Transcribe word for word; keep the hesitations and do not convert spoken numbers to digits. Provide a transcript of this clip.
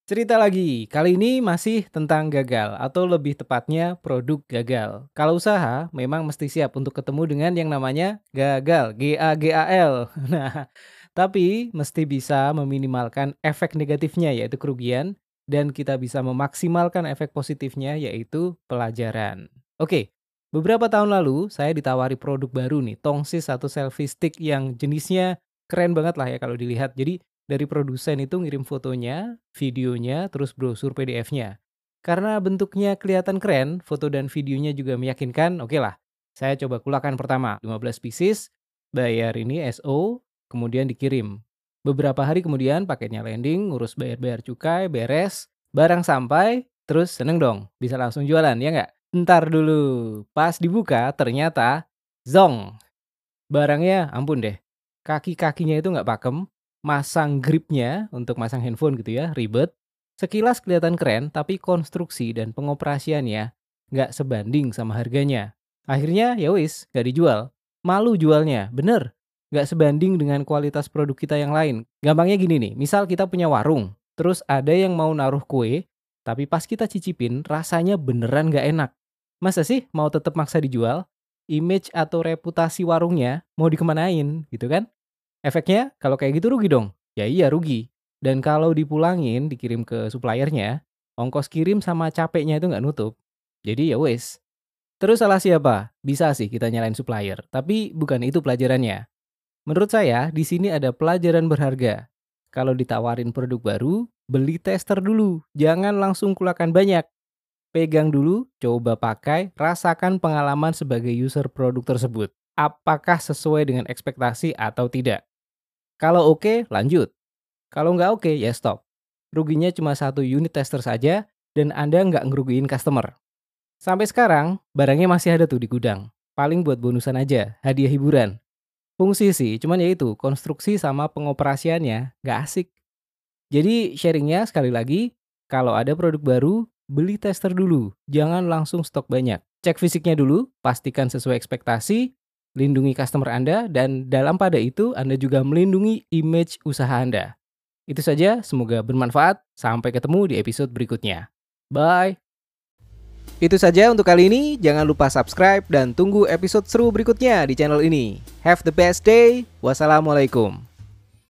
Cerita lagi, kali ini masih tentang gagal atau lebih tepatnya produk gagal. Kalau usaha memang mesti siap untuk ketemu dengan yang namanya gagal, G A G A L. Nah, tapi mesti bisa meminimalkan efek negatifnya yaitu kerugian dan kita bisa memaksimalkan efek positifnya yaitu pelajaran. Oke, beberapa tahun lalu saya ditawari produk baru nih, tongsis atau selfie stick yang jenisnya keren banget lah ya kalau dilihat. Jadi dari produsen itu ngirim fotonya, videonya, terus brosur P D F-nya. Karena bentuknya kelihatan keren, foto dan videonya juga meyakinkan, oke lah. Saya coba kulakan pertama, lima belas pieces, bayar ini S O, kemudian dikirim. Beberapa hari kemudian paketnya landing, ngurus bayar-bayar cukai, beres, barang sampai, terus seneng dong, bisa langsung jualan, ya nggak? Ntar dulu, pas dibuka ternyata zong. Barangnya ampun deh, kaki-kakinya itu nggak pakem, masang gripnya untuk masang handphone gitu ya, ribet. Sekilas kelihatan keren, tapi konstruksi dan pengoperasiannya nggak sebanding sama harganya. Akhirnya ya wis, nggak dijual. Malu jualnya, bener. Nggak sebanding dengan kualitas produk kita yang lain. Gampangnya gini nih, misal kita punya warung, terus ada yang mau naruh kue, tapi pas kita cicipin rasanya beneran nggak enak. Masa sih mau tetap maksa dijual? Image atau reputasi warungnya mau dikemanain gitu kan. Efeknya kalau kayak gitu rugi dong? Ya iya rugi. Dan kalau dipulangin dikirim ke suppliernya, ongkos kirim sama capeknya itu nggak nutup. Jadi ya wes. Terus salah siapa? Bisa sih kita nyalain supplier, tapi bukan itu pelajarannya. Menurut saya di sini ada pelajaran berharga. Kalau ditawarin produk baru, beli tester dulu, jangan langsung kulakan banyak. Pegang dulu, coba pakai, rasakan pengalaman sebagai user produk tersebut. Apakah sesuai dengan ekspektasi atau tidak? Kalau oke, lanjut. Kalau nggak oke, ya stop. Ruginya cuma satu unit tester saja, dan Anda nggak ngerugiin customer. Sampai sekarang, barangnya masih ada tuh di gudang. Paling buat bonusan aja, hadiah hiburan. Fungsi sih, cuman ya itu, konstruksi sama pengoperasiannya nggak asik. Jadi sharingnya sekali lagi, kalau ada produk baru, beli tester dulu. Jangan langsung stok banyak. Cek fisiknya dulu, pastikan sesuai ekspektasi, lindungi customer Anda, dan dalam pada itu Anda juga melindungi image usaha Anda. Itu saja, semoga bermanfaat. Sampai ketemu di episode berikutnya. Bye! Itu saja untuk kali ini. Jangan lupa subscribe dan tunggu episode seru berikutnya di channel ini. Have the best day. Wassalamualaikum.